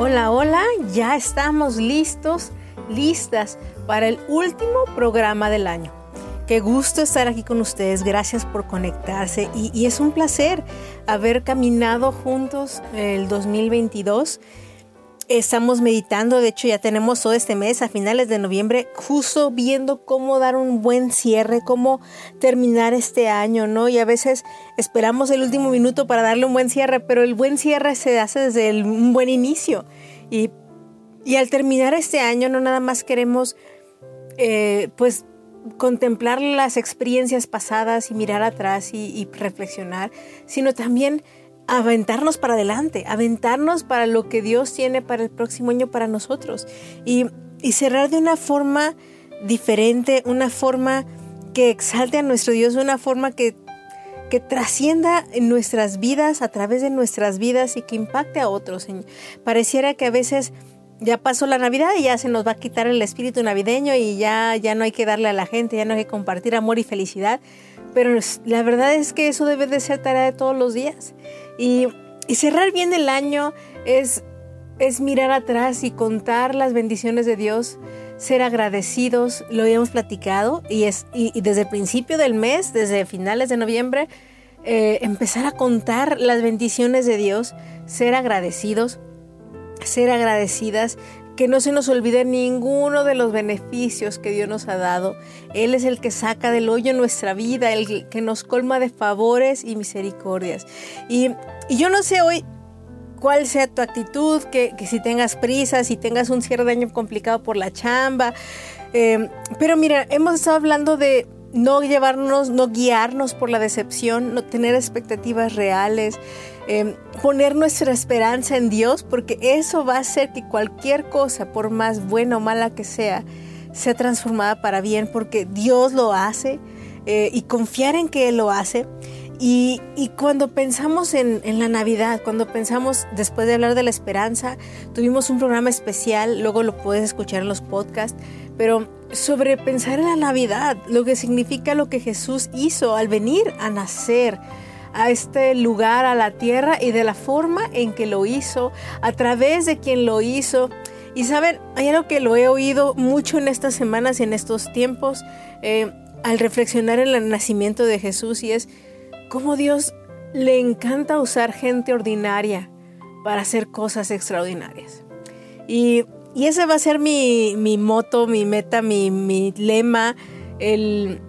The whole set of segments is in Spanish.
Hola, hola, ya estamos listas para el último programa del año. Qué gusto estar aquí con ustedes, gracias por conectarse y es un placer haber caminado juntos el 2022. Estamos meditando, de hecho ya tenemos todo este mes, a finales de noviembre, justo viendo cómo dar un buen cierre, cómo terminar este año, ¿no? Y a veces esperamos el último minuto para darle un buen cierre, pero el buen cierre se hace desde un buen inicio. Y al terminar este año no nada más queremos contemplar las experiencias pasadas y mirar atrás y reflexionar, sino también aventarnos para adelante, aventarnos para lo que Dios tiene para el próximo año para nosotros y cerrar de una forma diferente, una forma que exalte a nuestro Dios, una forma que trascienda en nuestras vidas, a través de nuestras vidas y que impacte a otros. Pareciera que a veces ya pasó la Navidad y ya se nos va a quitar el espíritu navideño y ya no hay que darle a la gente, ya no hay que compartir amor y felicidad. Pero la verdad es que eso debe de ser tarea de todos los días. Y cerrar bien el año es mirar atrás y contar las bendiciones de Dios, ser agradecidos, lo habíamos platicado, y desde el principio del mes, desde finales de noviembre, empezar a contar las bendiciones de Dios, ser agradecidos, ser agradecidas, que no se nos olvide ninguno de los beneficios que Dios nos ha dado. Él es el que saca del hoyo nuestra vida, el que nos colma de favores y misericordias. Y yo no sé hoy cuál sea tu actitud, que si tengas prisa, si tengas un cierre de año complicado por la chamba. Pero mira, hemos estado hablando de no guiarnos por la decepción, no tener expectativas reales, poner nuestra esperanza en Dios, porque eso va a hacer que cualquier cosa, por más buena o mala que sea transformada para bien, porque Dios lo hace, y confiar en que Él lo hace. Y cuando pensamos en la Navidad, cuando pensamos, después de hablar de la esperanza, tuvimos un programa especial, luego lo puedes escuchar en los podcasts, pero sobre pensar en la Navidad, lo que significa lo que Jesús hizo al venir a nacer a este lugar, a la tierra, y de la forma en que lo hizo, a través de quien lo hizo. Y saben, hay algo que lo he oído mucho en estas semanas y en estos tiempos, al reflexionar en el nacimiento de Jesús, y es cómo Dios le encanta usar gente ordinaria para hacer cosas extraordinarias. Y ese va a ser mi moto, mi meta, mi lema el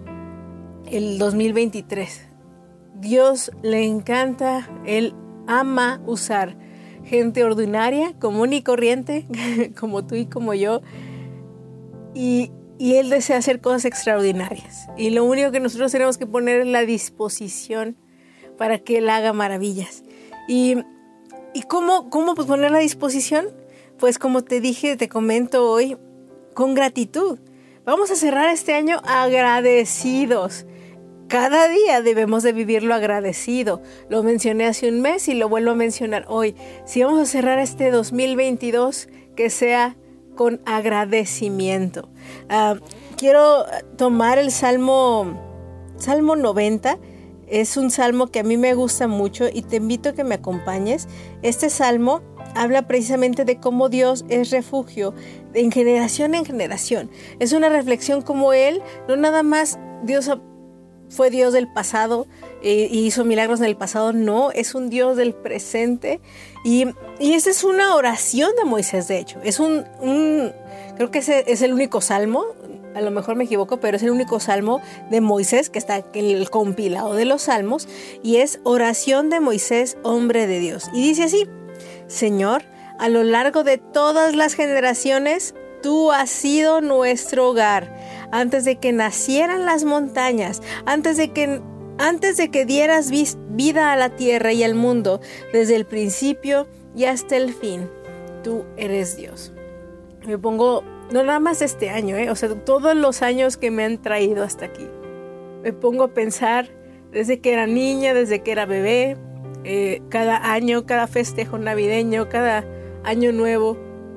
2023. Dios le encanta, Él ama usar gente ordinaria, común y corriente, como tú y como yo. Y Él desea hacer cosas extraordinarias. Y lo único que nosotros tenemos que poner es la disposición para que Él haga maravillas. ¿Y cómo pues poner la disposición? Pues como te dije, te comento hoy, con gratitud. Vamos a cerrar este año agradecidos. Cada día debemos de vivirlo agradecido. Lo mencioné hace un mes y lo vuelvo a mencionar hoy. Si vamos a cerrar este 2022, que sea con agradecimiento. Quiero tomar el Salmo 90. Es un salmo que a mí me gusta mucho y te invito a que me acompañes. Este salmo habla precisamente de cómo Dios es refugio en generación en generación. Es una reflexión como Él, no nada más Dios fue Dios del pasado y hizo milagros en el pasado. No, es un Dios del presente. Y esta es una oración de Moisés, de hecho. Es creo que ese es el único salmo, a lo mejor me equivoco, pero es el único salmo de Moisés que está en el compilado de los salmos. Y es oración de Moisés, hombre de Dios. Y dice así: Señor, a lo largo de todas las generaciones, tú has sido nuestro hogar. Antes de que nacieran las montañas, antes de que dieras vida a la tierra y al mundo, desde el principio y hasta el fin, tú eres Dios. Me pongo, no nada más este año, o sea, todos los años que me han traído hasta aquí. Me pongo a pensar desde que era niña, desde que era bebé, cada año, cada festejo navideño, cada año nuevo.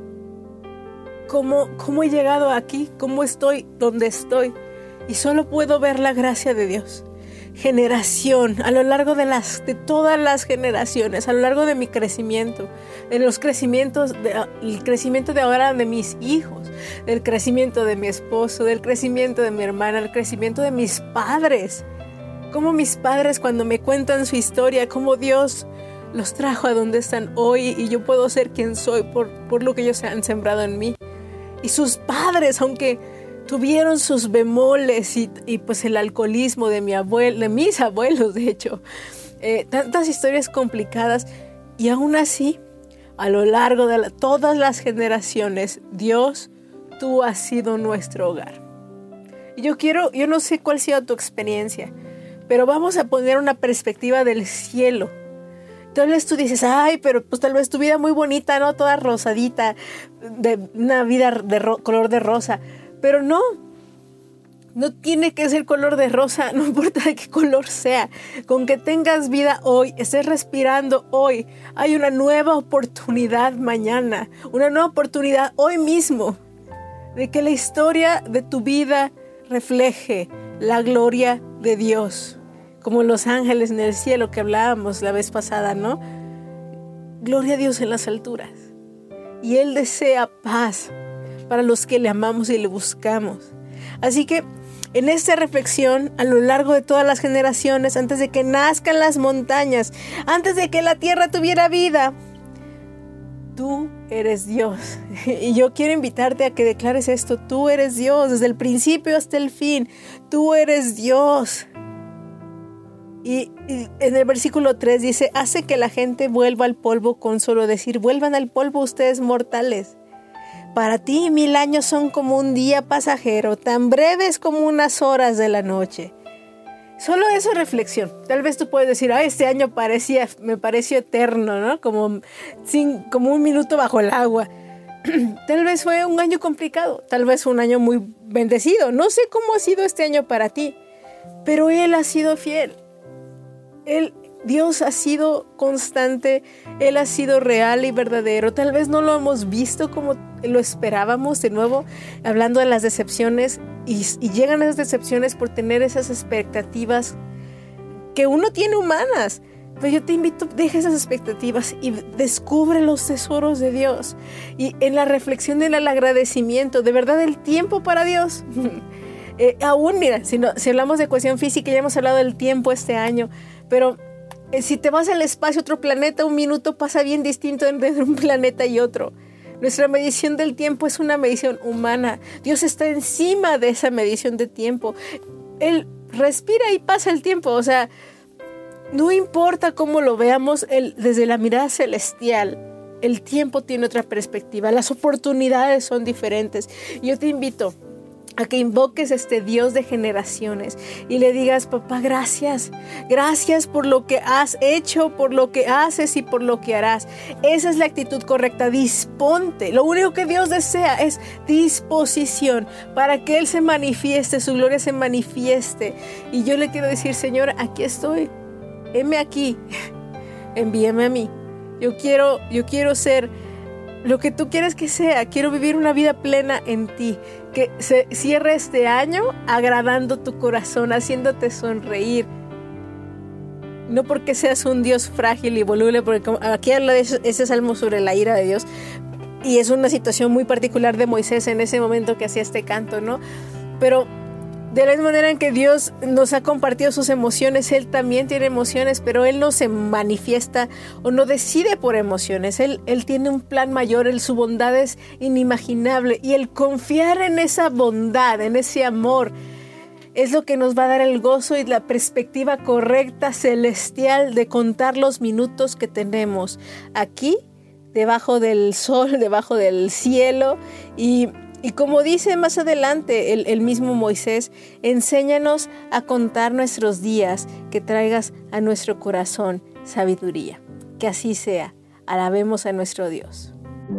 ¿Cómo he llegado aquí? ¿Cómo estoy donde estoy? Y solo puedo ver la gracia de Dios. generación, a lo largo de todas las generaciones, a lo largo de mi crecimiento, el crecimiento de ahora de mis hijos, del crecimiento de mi esposo, del crecimiento de mi hermana, el crecimiento de mis padres. Como mis padres, cuando me cuentan su historia, cómo Dios los trajo a donde están hoy y yo puedo ser quien soy por lo que ellos han sembrado en mí. Y sus padres, aunque tuvieron sus bemoles y pues el alcoholismo de mis abuelos, de hecho, tantas historias complicadas, y aún así, a lo largo de todas las generaciones, Dios, tú has sido nuestro hogar. Y yo no sé cuál sea tu experiencia, pero vamos a poner una perspectiva del cielo. Tal vez tú dices, ay, pero pues tal vez tu vida muy bonita, ¿no? Toda rosadita, de una vida de color de rosa. Pero no tiene que ser color de rosa, no importa de qué color sea. Con que tengas vida hoy, estés respirando hoy, hay una nueva oportunidad mañana, una nueva oportunidad hoy mismo, de que la historia de tu vida refleje la gloria de Dios, como los ángeles en el cielo que hablábamos la vez pasada, ¿no? Gloria a Dios en las alturas. Y Él desea paz para los que le amamos y le buscamos. Así que en esta reflexión, a lo largo de todas las generaciones, antes de que nazcan las montañas, antes de que la tierra tuviera vida, tú eres Dios. Y yo quiero invitarte a que declares esto: tú eres Dios, desde el principio hasta el fin. Tú eres Dios. Y en el versículo 3 dice: hace que la gente vuelva al polvo con solo decir, vuelvan al polvo ustedes mortales. Para ti 1000 años son como un día pasajero, tan breves como unas horas de la noche. Solo eso es reflexión. Tal vez tú puedes decir, este año me pareció eterno, ¿no? Como un minuto bajo el agua. Tal vez fue un año complicado, tal vez un año muy bendecido. No sé cómo ha sido este año para ti, pero Él ha sido fiel. Dios ha sido constante, Él ha sido real y verdadero. Tal vez no lo hemos visto como lo esperábamos, de nuevo, hablando de las decepciones, y llegan esas decepciones por tener esas expectativas que uno tiene humanas. Pero yo te invito, deja esas expectativas y descubre los tesoros de Dios. Y en la reflexión del agradecimiento, de verdad, el tiempo para Dios. Aún, mira, si hablamos de cuestión física, ya hemos hablado del tiempo este año, pero si te vas al espacio, otro planeta, un minuto pasa bien distinto entre un planeta y otro. Nuestra medición del tiempo es una medición humana. Dios está encima de esa medición de tiempo. Él respira y pasa el tiempo. O sea, no importa cómo lo veamos, desde la mirada celestial, el tiempo tiene otra perspectiva. Las oportunidades son diferentes. Yo te invito a que invoques a este Dios de generaciones y le digas: papá, gracias por lo que has hecho, por lo que haces y por lo que harás. Esa es la actitud correcta. Disponte. Lo único que Dios desea es disposición para que Él se manifieste, su gloria se manifieste. Y yo le quiero decir: Señor, aquí estoy, heme aquí, envíame a mí. Yo quiero ser lo que tú quieres que sea. Quiero vivir una vida plena en ti. Que se cierre este año agradando tu corazón, haciéndote sonreír. No porque seas un Dios frágil y voluble, porque aquí habla de ese salmo sobre la ira de Dios. Y es una situación muy particular de Moisés en ese momento que hacía este canto, ¿no? Pero de la misma manera en que Dios nos ha compartido sus emociones, Él también tiene emociones, pero Él no se manifiesta o no decide por emociones. Él tiene un plan mayor, su bondad es inimaginable, y el confiar en esa bondad, en ese amor, es lo que nos va a dar el gozo y la perspectiva correcta, celestial, de contar los minutos que tenemos aquí, debajo del sol, debajo del cielo. Y como dice más adelante el mismo Moisés, enséñanos a contar nuestros días, que traigas a nuestro corazón sabiduría. Que así sea. Alabemos a nuestro Dios.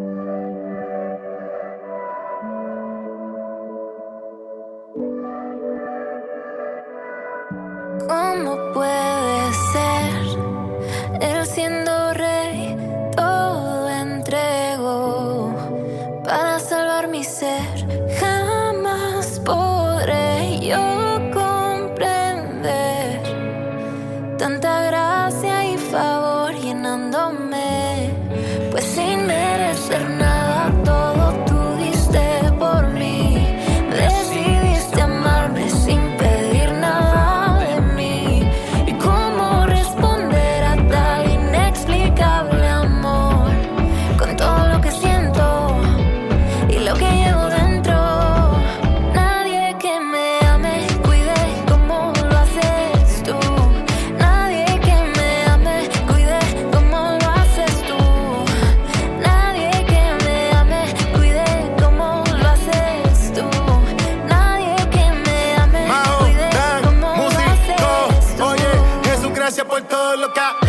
¿Cómo puede ser? Él siendo rey, todo entregó para salvar mi ser. Jamás podré yo comprender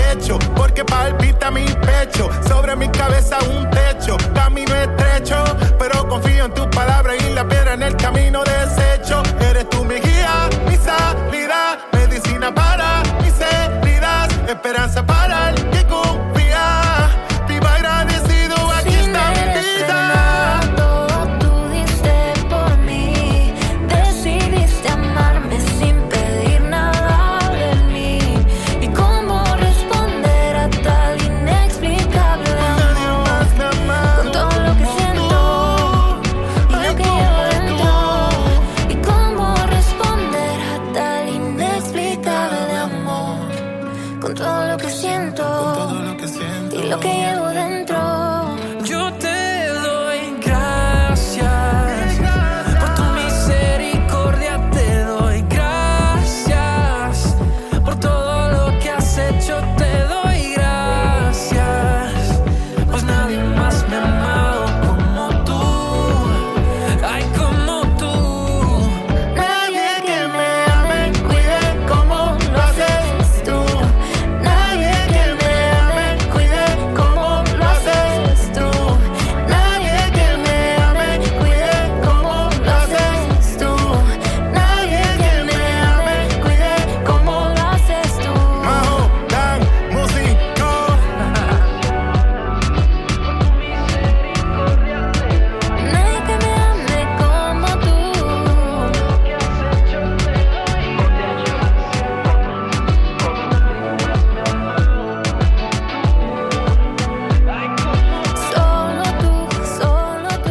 hecho, porque palpita mi pecho, sobre mi cabeza un techo, camino estrecho, pero confío en tu palabra y la piedra en el camino desecho. Eres tú mi guía, mi salida, medicina para mis heridas, esperanza para el que confía. Viva agradecido, aquí está mi vida. Todo tú diste por mí, decidiste amarme sin pedir nada de mí. ¿Y cómo responder a tal inexplicable amor? Con todo lo que siento y lo que llevo dentro. ¿Y cómo responder a tal inexplicable amor? Con todo lo que siento y lo que llevo dentro. Yo te doy gracias por tu misericordia, te doy gracias por todo lo que has hecho, te doy gracias, pues nadie más me ha amado como tú, ay, como tú. Nadie que me ame, cuide como lo haces tú. Nadie que me ame, cuide como lo haces tú. Nadie que me ame, cuide como lo haces tú. Nadie que me ame, cuide como lo haces tú. Majo, Dan, músico. Nadie que me ame como tú. Solo tú.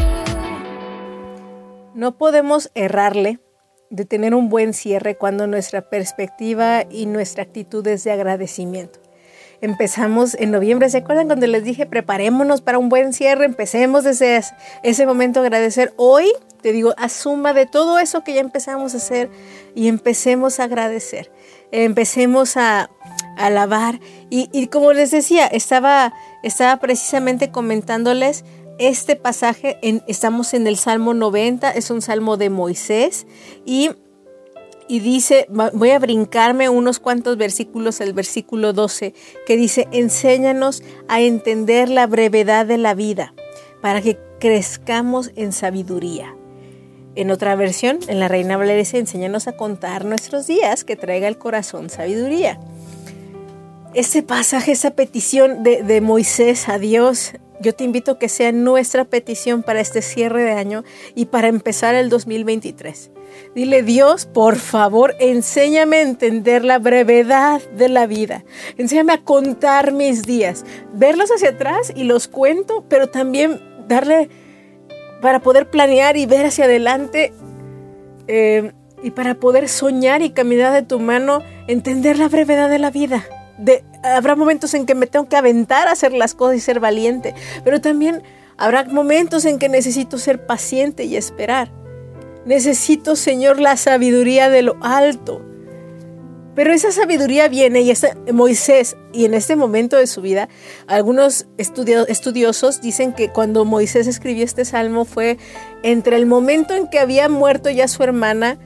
No podemos errarle de tener un buen cierre cuando nuestra perspectiva y nuestra actitud es de agradecimiento. Empezamos en noviembre, ¿se acuerdan cuando les dije preparémonos para un buen cierre? Empecemos desde ese momento a agradecer. Hoy, te digo, asuma de todo eso que ya empezamos a hacer y empecemos a agradecer. Empecemos a alabar. Y como les decía, estaba precisamente comentándoles este pasaje, estamos en el Salmo 90, es un salmo de Moisés y dice, voy a brincarme unos cuantos versículos, el versículo 12, que dice, enséñanos a entender la brevedad de la vida para que crezcamos en sabiduría. En otra versión, en la Reina Valera dice, enséñanos a contar nuestros días, que traiga el corazón sabiduría. Ese pasaje, esa petición de Moisés a Dios, yo te invito a que sea nuestra petición para este cierre de año y para empezar el 2023. Dile, Dios, por favor, enséñame a entender la brevedad de la vida. Enséñame a contar mis días, verlos hacia atrás y los cuento, pero también darle para poder planear y ver hacia adelante y para poder soñar y caminar de tu mano, entender la brevedad de la vida. Habrá momentos en que me tengo que aventar a hacer las cosas y ser valiente, pero también habrá momentos en que necesito ser paciente y esperar. Necesito, Señor, la sabiduría de lo alto. Pero esa sabiduría viene y Moisés, y en este momento de su vida, algunos estudiosos dicen que cuando Moisés escribió este salmo fue entre el momento en que había muerto ya su hermana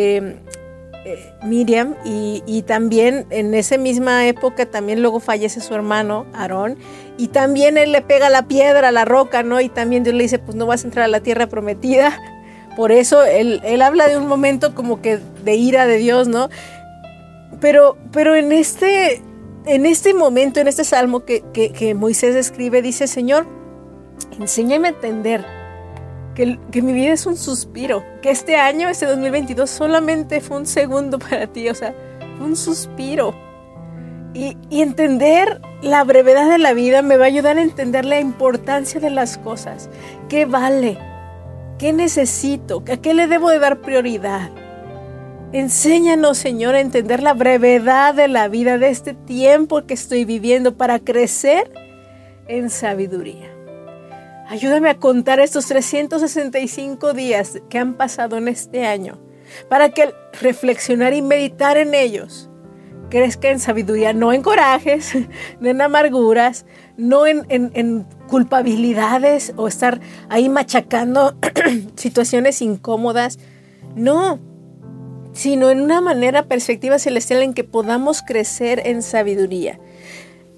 Miriam y también en esa misma época también luego fallece su hermano Aarón y también él le pega la piedra a la roca, ¿no? Y también Dios le dice, pues no vas a entrar a la tierra prometida. Por eso él habla de un momento como que de ira de Dios, ¿no? Pero en este momento, en este salmo que Moisés escribe, dice, Señor, enséñame a entender que mi vida es un suspiro, que este año, este 2022, solamente fue un segundo para ti, o sea, un suspiro. Y entender la brevedad de la vida me va a ayudar a entender la importancia de las cosas. ¿Qué vale? ¿Qué necesito? ¿A qué le debo de dar prioridad? Enséñanos, Señor, a entender la brevedad de la vida, de este tiempo que estoy viviendo para crecer en sabiduría. Ayúdame a contar estos 365 días que han pasado en este año para que al reflexionar y meditar en ellos crezca en sabiduría, no en corajes, no en amarguras, no en culpabilidades o estar ahí machacando situaciones incómodas, no, sino en una perspectiva celestial en que podamos crecer en sabiduría.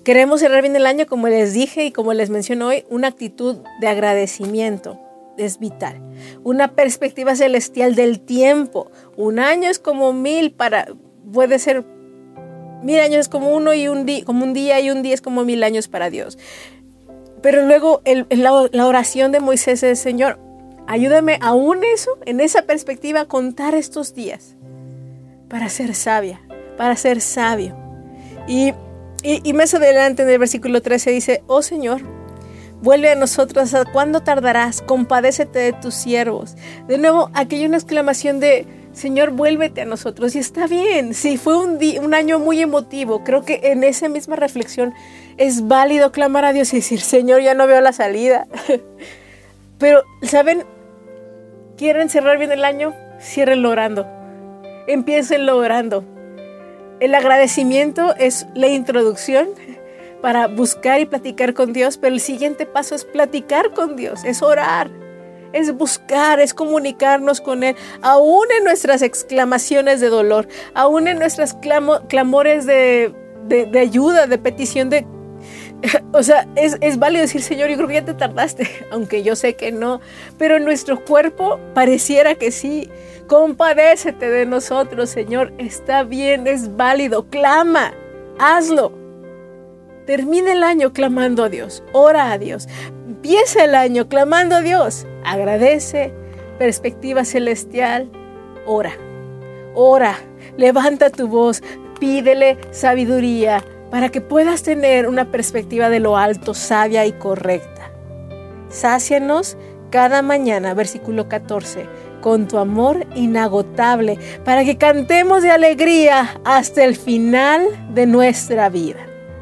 queremos cerrar bien el año, como les dije y como les menciono hoy, una actitud de agradecimiento es vital. Una perspectiva celestial del tiempo. Un año es como 1000 puede ser 1000 años es como un día y un día es como 1000 años para Dios. Pero luego la oración de Moisés es: Señor, ayúdame aún en esa perspectiva, a contar estos días para ser sabia, para ser sabio. Y más adelante en el versículo 13 dice: oh Señor, vuelve a nosotros. ¿Hasta cuándo tardarás? Compadécete de tus siervos. De nuevo, aquí hay una exclamación de: Señor, vuélvete a nosotros. Y está bien, sí, fue un año muy emotivo. Creo que en esa misma reflexión es válido clamar a Dios y decir: Señor, ya no veo la salida. Pero, ¿saben? ¿Quieren cerrar bien el año? Ciérrenlo orando. Empiécenlo orando. El agradecimiento es la introducción para buscar y platicar con Dios, pero el siguiente paso es platicar con Dios, es orar, es buscar, es comunicarnos con Él, aún en nuestras exclamaciones de dolor, aún en nuestros clamores de ayuda, de petición de... O sea, es válido decir: Señor, yo creo que ya te tardaste, aunque yo sé que no, pero en nuestro cuerpo pareciera que sí. Compadécete de nosotros, Señor, está bien, es válido, clama, hazlo. Termina el año clamando a Dios, ora a Dios, empieza el año clamando a Dios, agradece, perspectiva celestial, ora, levanta tu voz, pídele sabiduría, para que puedas tener una perspectiva de lo alto, sabia y correcta. Sácianos cada mañana, versículo 14, con tu amor inagotable, para que cantemos de alegría hasta el final de nuestra vida.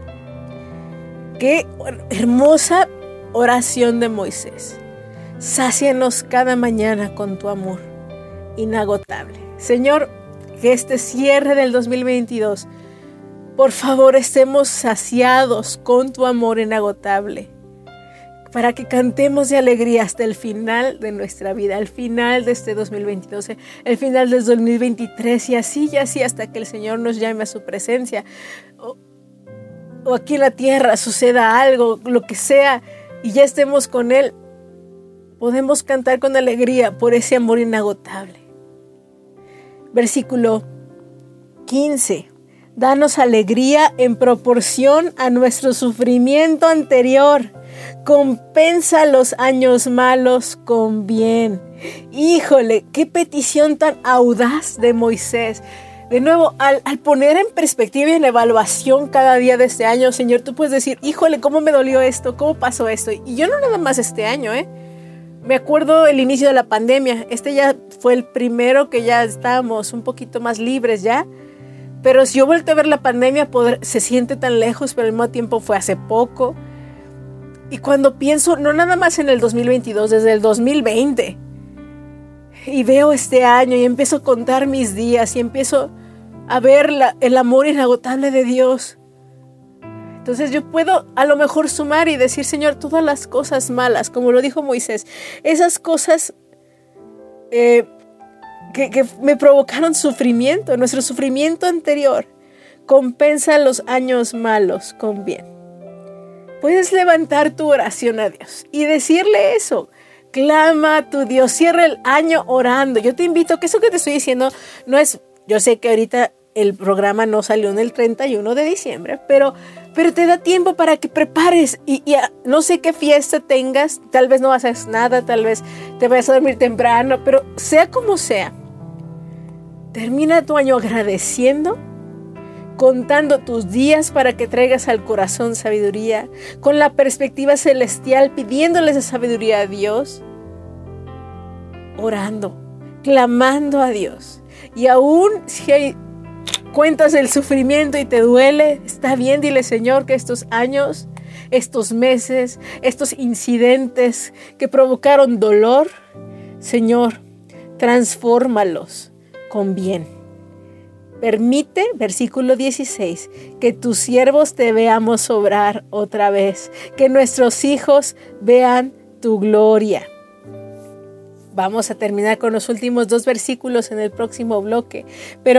Qué hermosa oración de Moisés. Sácianos cada mañana con tu amor inagotable. Señor, que este cierre del 2022, por favor, estemos saciados con tu amor inagotable, para que cantemos de alegría hasta el final de nuestra vida, al final de este 2022, el final del 2023 y así hasta que el Señor nos llame a su presencia, o aquí en la tierra suceda algo, lo que sea, y ya estemos con Él. Podemos cantar con alegría por ese amor inagotable. Versículo 15. Danos alegría en proporción a nuestro sufrimiento anterior. Compensa los años malos con bien. Híjole, qué petición tan audaz de Moisés. De nuevo, al poner en perspectiva y en evaluación cada día de este año, Señor, tú puedes decir: híjole, ¿cómo me dolió esto? ¿Cómo pasó esto? Y yo no nada más este año, Me acuerdo el inicio de la pandemia. Este ya fue el primero que ya estábamos un poquito más libres ya. Pero si yo vuelto a ver la pandemia, se siente tan lejos, pero al mismo tiempo fue hace poco. Y cuando pienso, no nada más en el 2022, desde el 2020, y veo este año y empiezo a contar mis días y empiezo a ver el amor inagotable de Dios. Entonces yo puedo a lo mejor sumar y decir: Señor, todas las cosas malas, como lo dijo Moisés, esas cosas que me provocaron sufrimiento, nuestro sufrimiento anterior, compensa los años malos con bien. Puedes levantar tu oración a Dios y decirle eso. Clama a tu Dios, cierra el año orando. Yo te invito, que eso que te estoy diciendo no es... Yo sé que ahorita el programa no salió en el 31 de diciembre, pero te da tiempo para que prepares y no sé qué fiesta tengas, tal vez no vas a hacer nada, tal vez te vayas a dormir temprano, pero sea como sea, termina tu año agradeciendo, contando tus días para que traigas al corazón sabiduría, con la perspectiva celestial, pidiéndole esa sabiduría a Dios, orando, clamando a Dios. Y aún si cuentas el sufrimiento y te duele, está bien, dile: Señor, que estos años, estos meses, estos incidentes que provocaron dolor, Señor, transfórmalos con bien. Permite, versículo 16, que tus siervos te veamos obrar otra vez, que nuestros hijos vean tu gloria. Vamos a terminar con los últimos 2 versículos en el próximo bloque, pero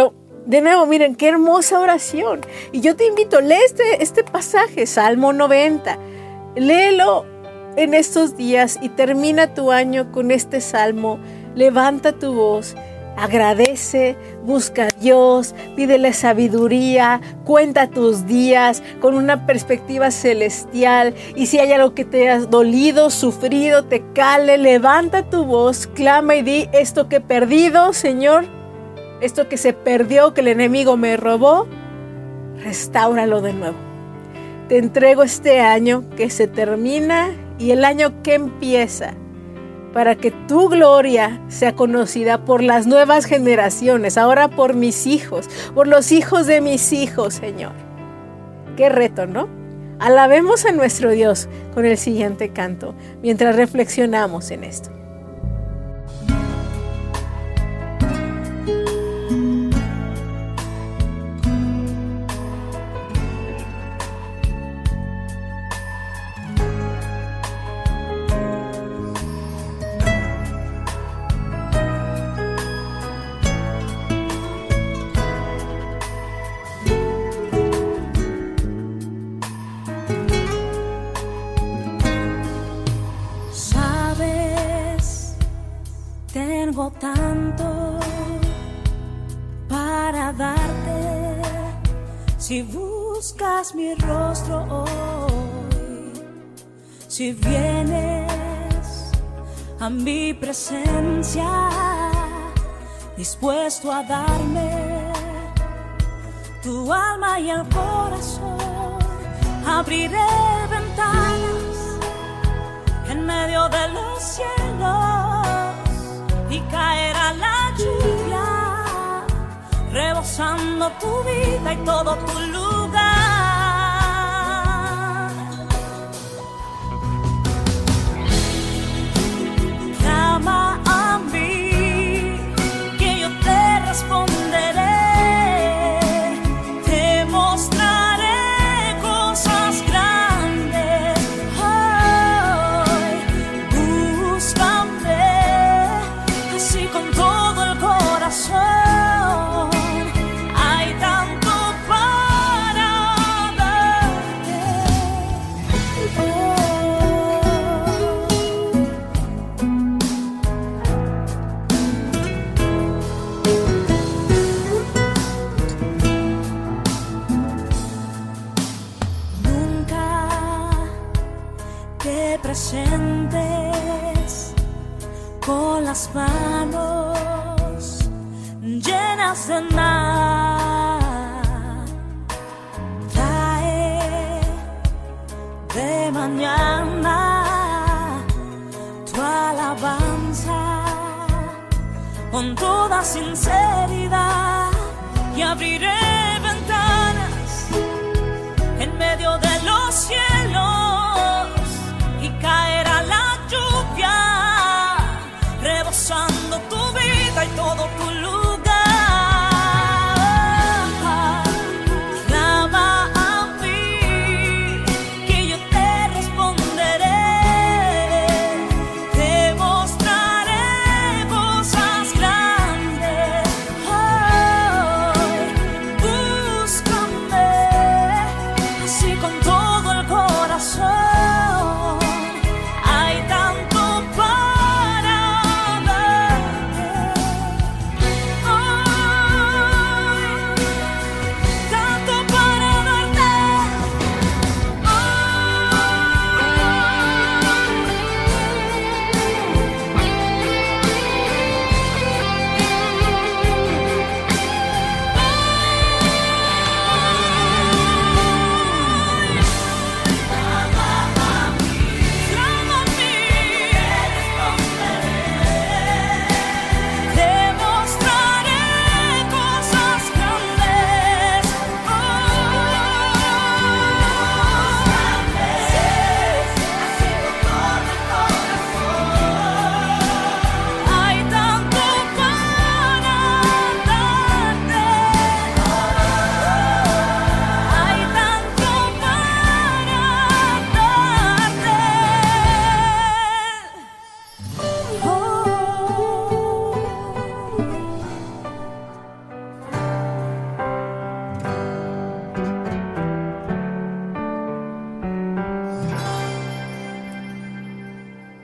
De nuevo, miren, qué hermosa oración. Y yo te invito, lee este pasaje, Salmo 90. Léelo en estos días y termina tu año con este salmo. Levanta tu voz, agradece, busca a Dios, pídele sabiduría, cuenta tus días con una perspectiva celestial. Y si hay algo que te has dolido, sufrido, te cale, levanta tu voz, clama y di: esto que he perdido, Señor, esto que se perdió, que el enemigo me robó, restáuralo de nuevo. Te entrego este año que se termina y el año que empieza, para que tu gloria sea conocida por las nuevas generaciones, ahora por mis hijos, por los hijos de mis hijos, Señor. Qué reto, ¿no? Alabemos a nuestro Dios con el siguiente canto, mientras reflexionamos en esto. Tengo tanto para darte, si buscas mi rostro hoy, si vienes a mi presencia, dispuesto a darme tu alma y el corazón, abriré ventanas en medio de los cielos y caerá la lluvia, rebosando tu vida y todo tu lugar. Clama a mí, que yo te responderé, te mostraré cosas grandes. Hoy búscame así con todo el corazón. Hay tanto para darte. Nunca te presentes con las manos llenas de nada. Trae de mañana tu alabanza con toda sinceridad y abriré ventanas en medio de los cielos y caerá la lluvia, rebosando tu vida y todo tu lugar. Clama a mí, que yo te responderé, te mostraré cosas grandes. Hoy búscame así con todo el corazón. Hay tanto para darte. Tanto para darte. Clama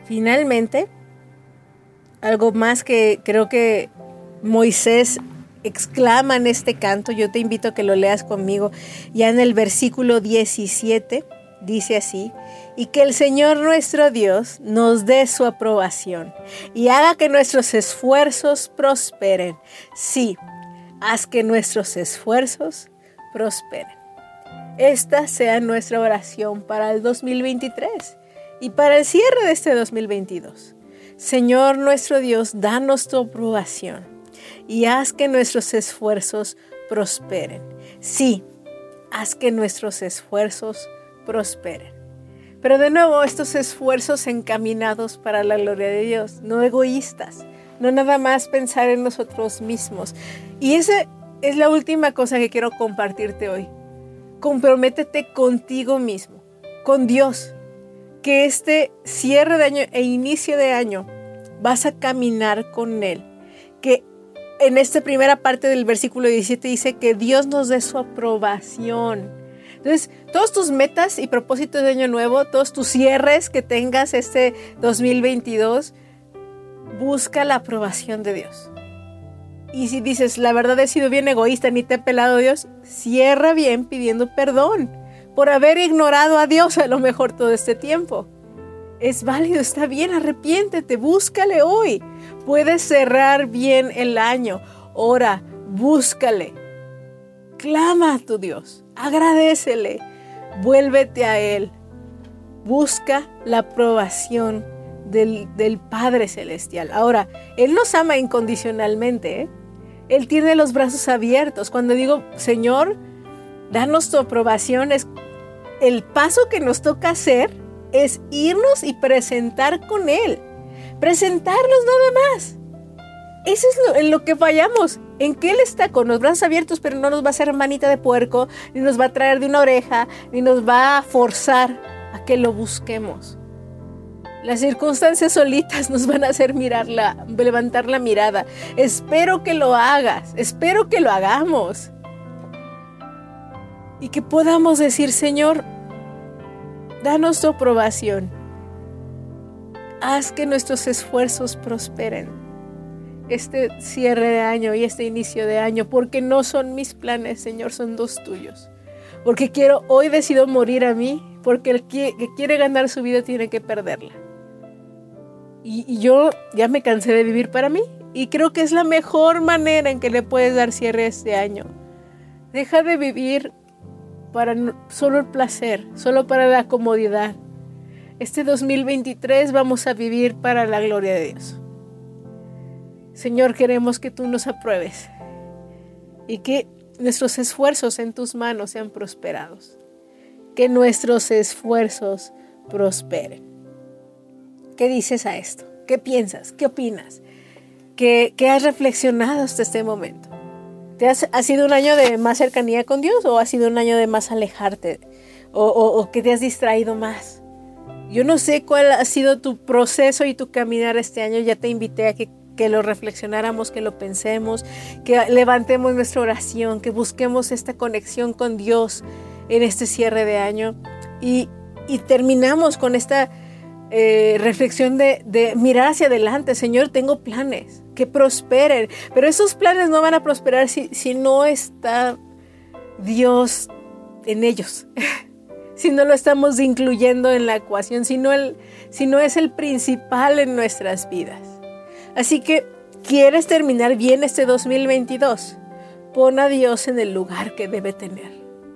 Finalmente, algo más que creo que Moisés exclama en este canto, yo te invito a que lo leas conmigo, ya en el versículo 17, dice así: y que el Señor nuestro Dios nos dé su aprobación y haga que nuestros esfuerzos prosperen. Sí, haz que nuestros esfuerzos prosperen. Esta sea nuestra oración para el 2023 y para el cierre de este 2022. Señor nuestro Dios, danos tu aprobación y haz que nuestros esfuerzos prosperen. Sí, haz que nuestros esfuerzos prosperen. Pero de nuevo, estos esfuerzos encaminados para la gloria de Dios, no egoístas, no nada más pensar en nosotros mismos. Y esa es la última cosa que quiero compartirte hoy. Comprométete contigo mismo, con Dios, que este cierre de año e inicio de año vas a caminar con Él. Que en esta primera parte del versículo 17 dice que Dios nos dé su aprobación. Entonces, todos tus metas y propósitos de año nuevo, todos tus cierres que tengas este 2022, busca la aprobación de Dios. Y si dices, la verdad he sido bien egoísta, ni te he pelado Dios, cierra bien pidiendo perdón por haber ignorado a Dios a lo mejor todo este tiempo. Es válido, está bien, arrepiéntete, búscale hoy. Puedes cerrar bien el año. Ora, búscale. Clama a tu Dios, agradécele, vuélvete a Él. Busca la aprobación del Padre Celestial. Ahora, Él nos ama incondicionalmente, ¿eh? Él tiene los brazos abiertos. Cuando digo, Señor, danos tu aprobación, es el paso que nos toca hacer es irnos y presentar con Él. Presentarnos nada más. Eso es en lo que fallamos. En que Él está con los brazos abiertos, pero no nos va a hacer manita de puerco, ni nos va a traer de una oreja, ni nos va a forzar a que lo busquemos. Las circunstancias solitas nos van a hacer levantar la mirada. Espero que lo hagas, espero que lo hagamos. Y que podamos decir, Señor, danos tu aprobación. Haz que nuestros esfuerzos prosperen. Este cierre de año y este inicio de año, porque no son mis planes, Señor, son los tuyos. Porque hoy decido morir a mí, porque el que quiere ganar su vida tiene que perderla. Y yo ya me cansé de vivir para mí, y creo que es la mejor manera en que le puedes dar cierre a este año. Deja de vivir para solo el placer, solo para la comodidad. Este 2023 vamos a vivir para la gloria de Dios. Señor, queremos que tú nos apruebes y que nuestros esfuerzos en tus manos sean prosperados. Que nuestros esfuerzos prosperen. ¿Qué dices a esto? ¿Qué piensas? ¿Qué opinas? ¿Qué has reflexionado hasta este momento? ¿Ha sido un año de más cercanía con Dios o ha sido un año de más alejarte? ¿O que te has distraído más? Yo no sé cuál ha sido tu proceso y tu caminar este año. Ya te invité a que lo reflexionáramos, que lo pensemos, que levantemos nuestra oración, que busquemos esta conexión con Dios en este cierre de año. Y terminamos con esta reflexión de mirar hacia adelante. Señor, tengo planes que prosperen, pero esos planes no van a prosperar si no está Dios en ellos. Si no lo estamos incluyendo en la ecuación, si no es el principal en nuestras vidas. Así que, ¿quieres terminar bien este 2022? Pon a Dios en el lugar que debe tener.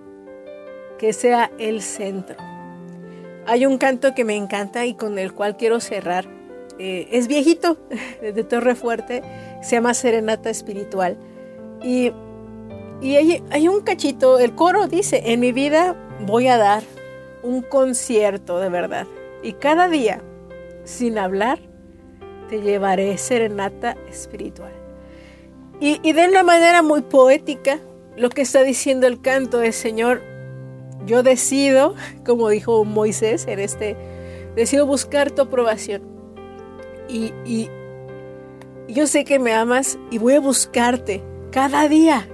Que sea el centro. Hay un canto que me encanta y con el cual quiero cerrar. Es viejito, de Torre Fuerte, se llama Serenata Espiritual. Y hay un cachito, el coro dice, en mi vida voy a dar un concierto de verdad. Y cada día, sin hablar, te llevaré serenata espiritual. Y de una manera muy poética, lo que está diciendo el canto es, Señor, yo decido, como dijo Moisés decido buscar tu aprobación. Y yo sé que me amas y voy a buscarte cada día.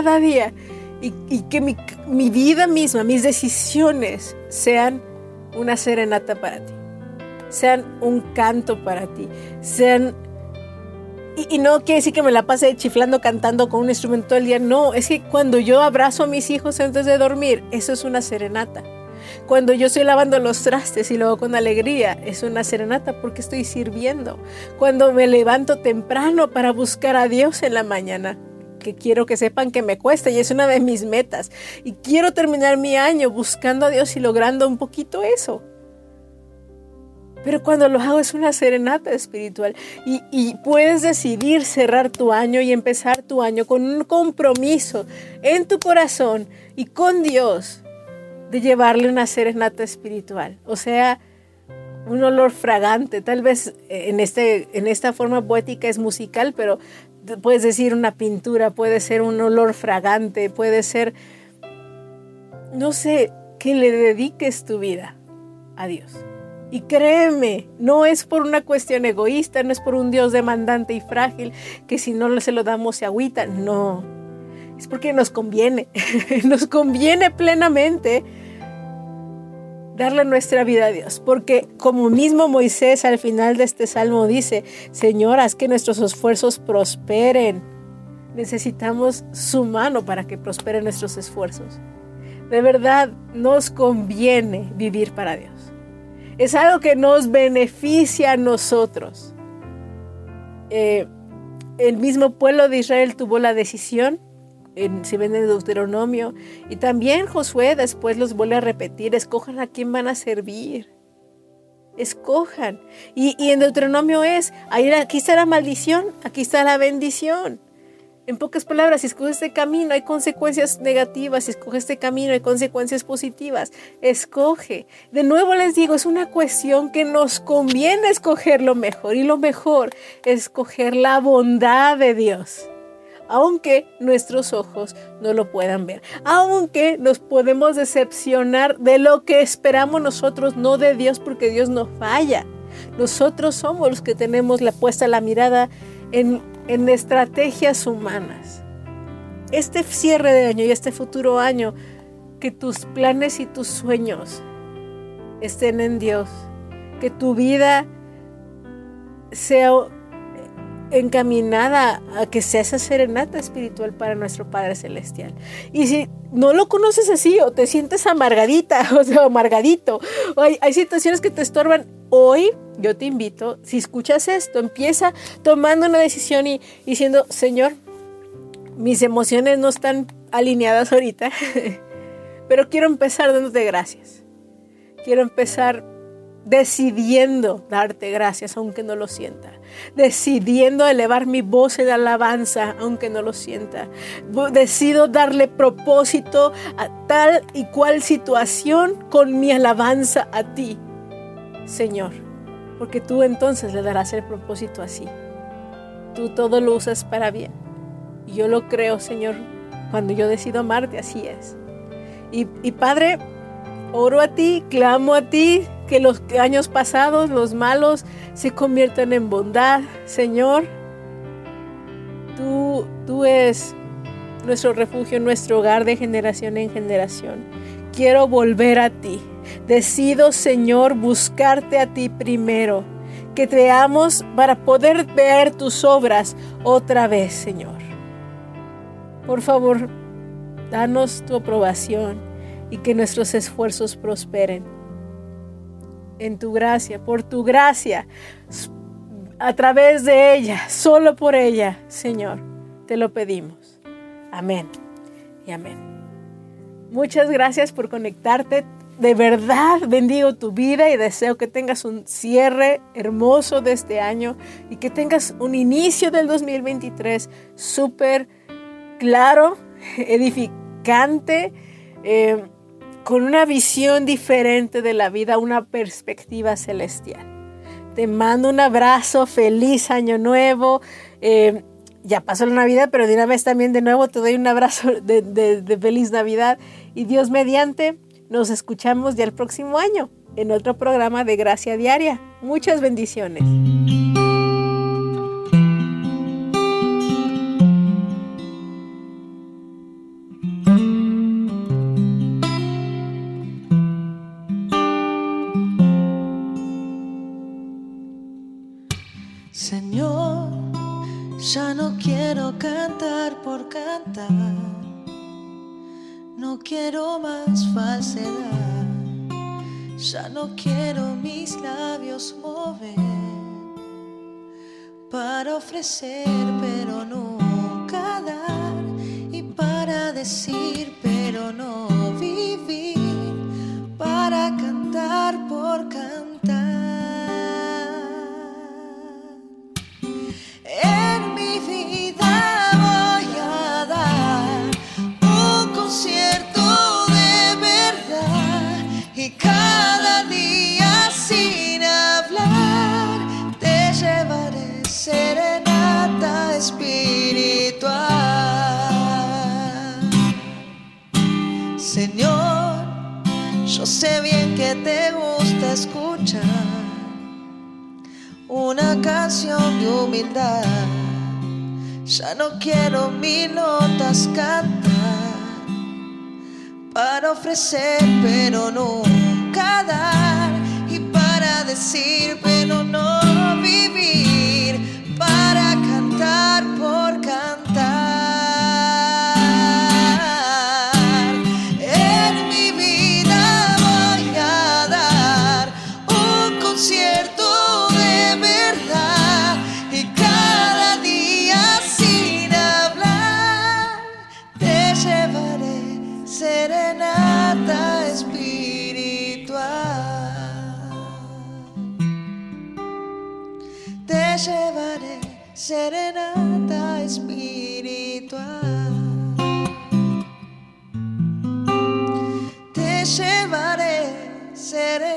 Y que mi vida misma, mis decisiones sean una serenata para ti. sean un canto para ti, sean... Y no quiere decir que me la pase chiflando, cantando con un instrumento todo el día. No, es que cuando yo abrazo a mis hijos antes de dormir, eso es una serenata. Cuando yo estoy lavando los trastes y lo hago con alegría, es una serenata porque estoy sirviendo. Cuando me levanto temprano para buscar a Dios en la mañana, que quiero que sepan que me cuesta y es una de mis metas. Y quiero terminar mi año buscando a Dios y logrando un poquito eso. Pero cuando lo hago es una serenata espiritual y puedes decidir cerrar tu año y empezar tu año con un compromiso en tu corazón y con Dios de llevarle una serenata espiritual. O sea, un olor fragante. Tal vez en esta forma poética es musical, pero puedes decir una pintura, puede ser un olor fragante, puede ser, no sé, que le dediques tu vida a Dios. Y créeme, no es por una cuestión egoísta, no es por un Dios demandante y frágil, que si no se lo damos se agüita. No, es porque nos conviene, nos conviene plenamente darle nuestra vida a Dios. Porque como mismo Moisés al final de este salmo dice, Señor, haz que nuestros esfuerzos prosperen. Necesitamos su mano para que prosperen nuestros esfuerzos. De verdad, nos conviene vivir para Dios. Es algo que nos beneficia a nosotros. El mismo pueblo de Israel tuvo la decisión, si ven en Deuteronomio, y también Josué después los vuelve a repetir, escojan a quién van a servir. Escojan. Y en Deuteronomio es, aquí está la maldición, aquí está la bendición. En pocas palabras, si escoges este camino hay consecuencias negativas, si escoges este camino hay consecuencias positivas. Escoge. De nuevo les digo, es una cuestión que nos conviene escoger lo mejor y lo mejor es escoger la bondad de Dios. Aunque nuestros ojos no lo puedan ver, aunque nos podemos decepcionar de lo que esperamos nosotros, no de Dios, porque Dios no falla. Nosotros somos los que tenemos puesta la mirada en estrategias humanas. Este cierre de año y este futuro año, que tus planes y tus sueños estén en Dios, que tu vida sea encaminada a que sea esa serenata espiritual para nuestro Padre Celestial. Y si no lo conoces así o te sientes amargadita, o sea, amargadito, o hay situaciones que te estorban, hoy yo te invito, si escuchas esto, empieza tomando una decisión y diciendo, Señor, mis emociones no están alineadas ahorita, pero quiero empezar dándote gracias. Quiero empezar decidiendo darte gracias aunque no lo sienta. Decidiendo elevar mi voz en alabanza aunque no lo sienta. Decido darle propósito a tal y cual situación con mi alabanza a ti, Señor. Porque tú entonces le darás el propósito así. Tú todo lo usas para bien. Y yo lo creo, Señor, cuando yo decido amarte, así es. Y Padre, oro a ti, clamo a ti, que los años pasados, los malos, se conviertan en bondad. Señor, tú eres nuestro refugio, nuestro hogar de generación en generación. Quiero volver a ti. Decido, Señor, buscarte a ti primero. Que te veamos para poder ver tus obras otra vez, Señor. Por favor, danos tu aprobación y que nuestros esfuerzos prosperen. En tu gracia, por tu gracia, a través de ella, solo por ella, Señor, te lo pedimos. Amén y amén. Muchas gracias por conectarte. De verdad bendigo tu vida y deseo que tengas un cierre hermoso de este año y que tengas un inicio del 2023 súper claro, edificante, con una visión diferente de la vida, una perspectiva celestial. Te mando un abrazo, feliz año nuevo. Ya pasó la Navidad, pero de una vez también de nuevo te doy un abrazo de feliz Navidad. Y Dios mediante, nos escuchamos ya el próximo año en otro programa de Gracia Diaria. Muchas bendiciones. Señor, ya no quiero cantar por cantar, no quiero más falsedad, ya no quiero mis labios mover para ofrecer pero nunca dar, y para decir pero no vivir, para cantar por cantar. En mi vida voy a dar un concierto de verdad, y cada día sin hablar te llevaré serenata espiritual. Señor, yo sé bien que te gusta escuchar una canción de humildad. Ya no quiero mil notas cantar para ofrecer pero nunca dar, y para decir pero no vivir, para cantar por cantar. En mi vida voy a dar un concierto de verdad, y cada día sin hablar te llevaré serenata espiritual. Te llevaré serenata espiritual. Te llevaré serenata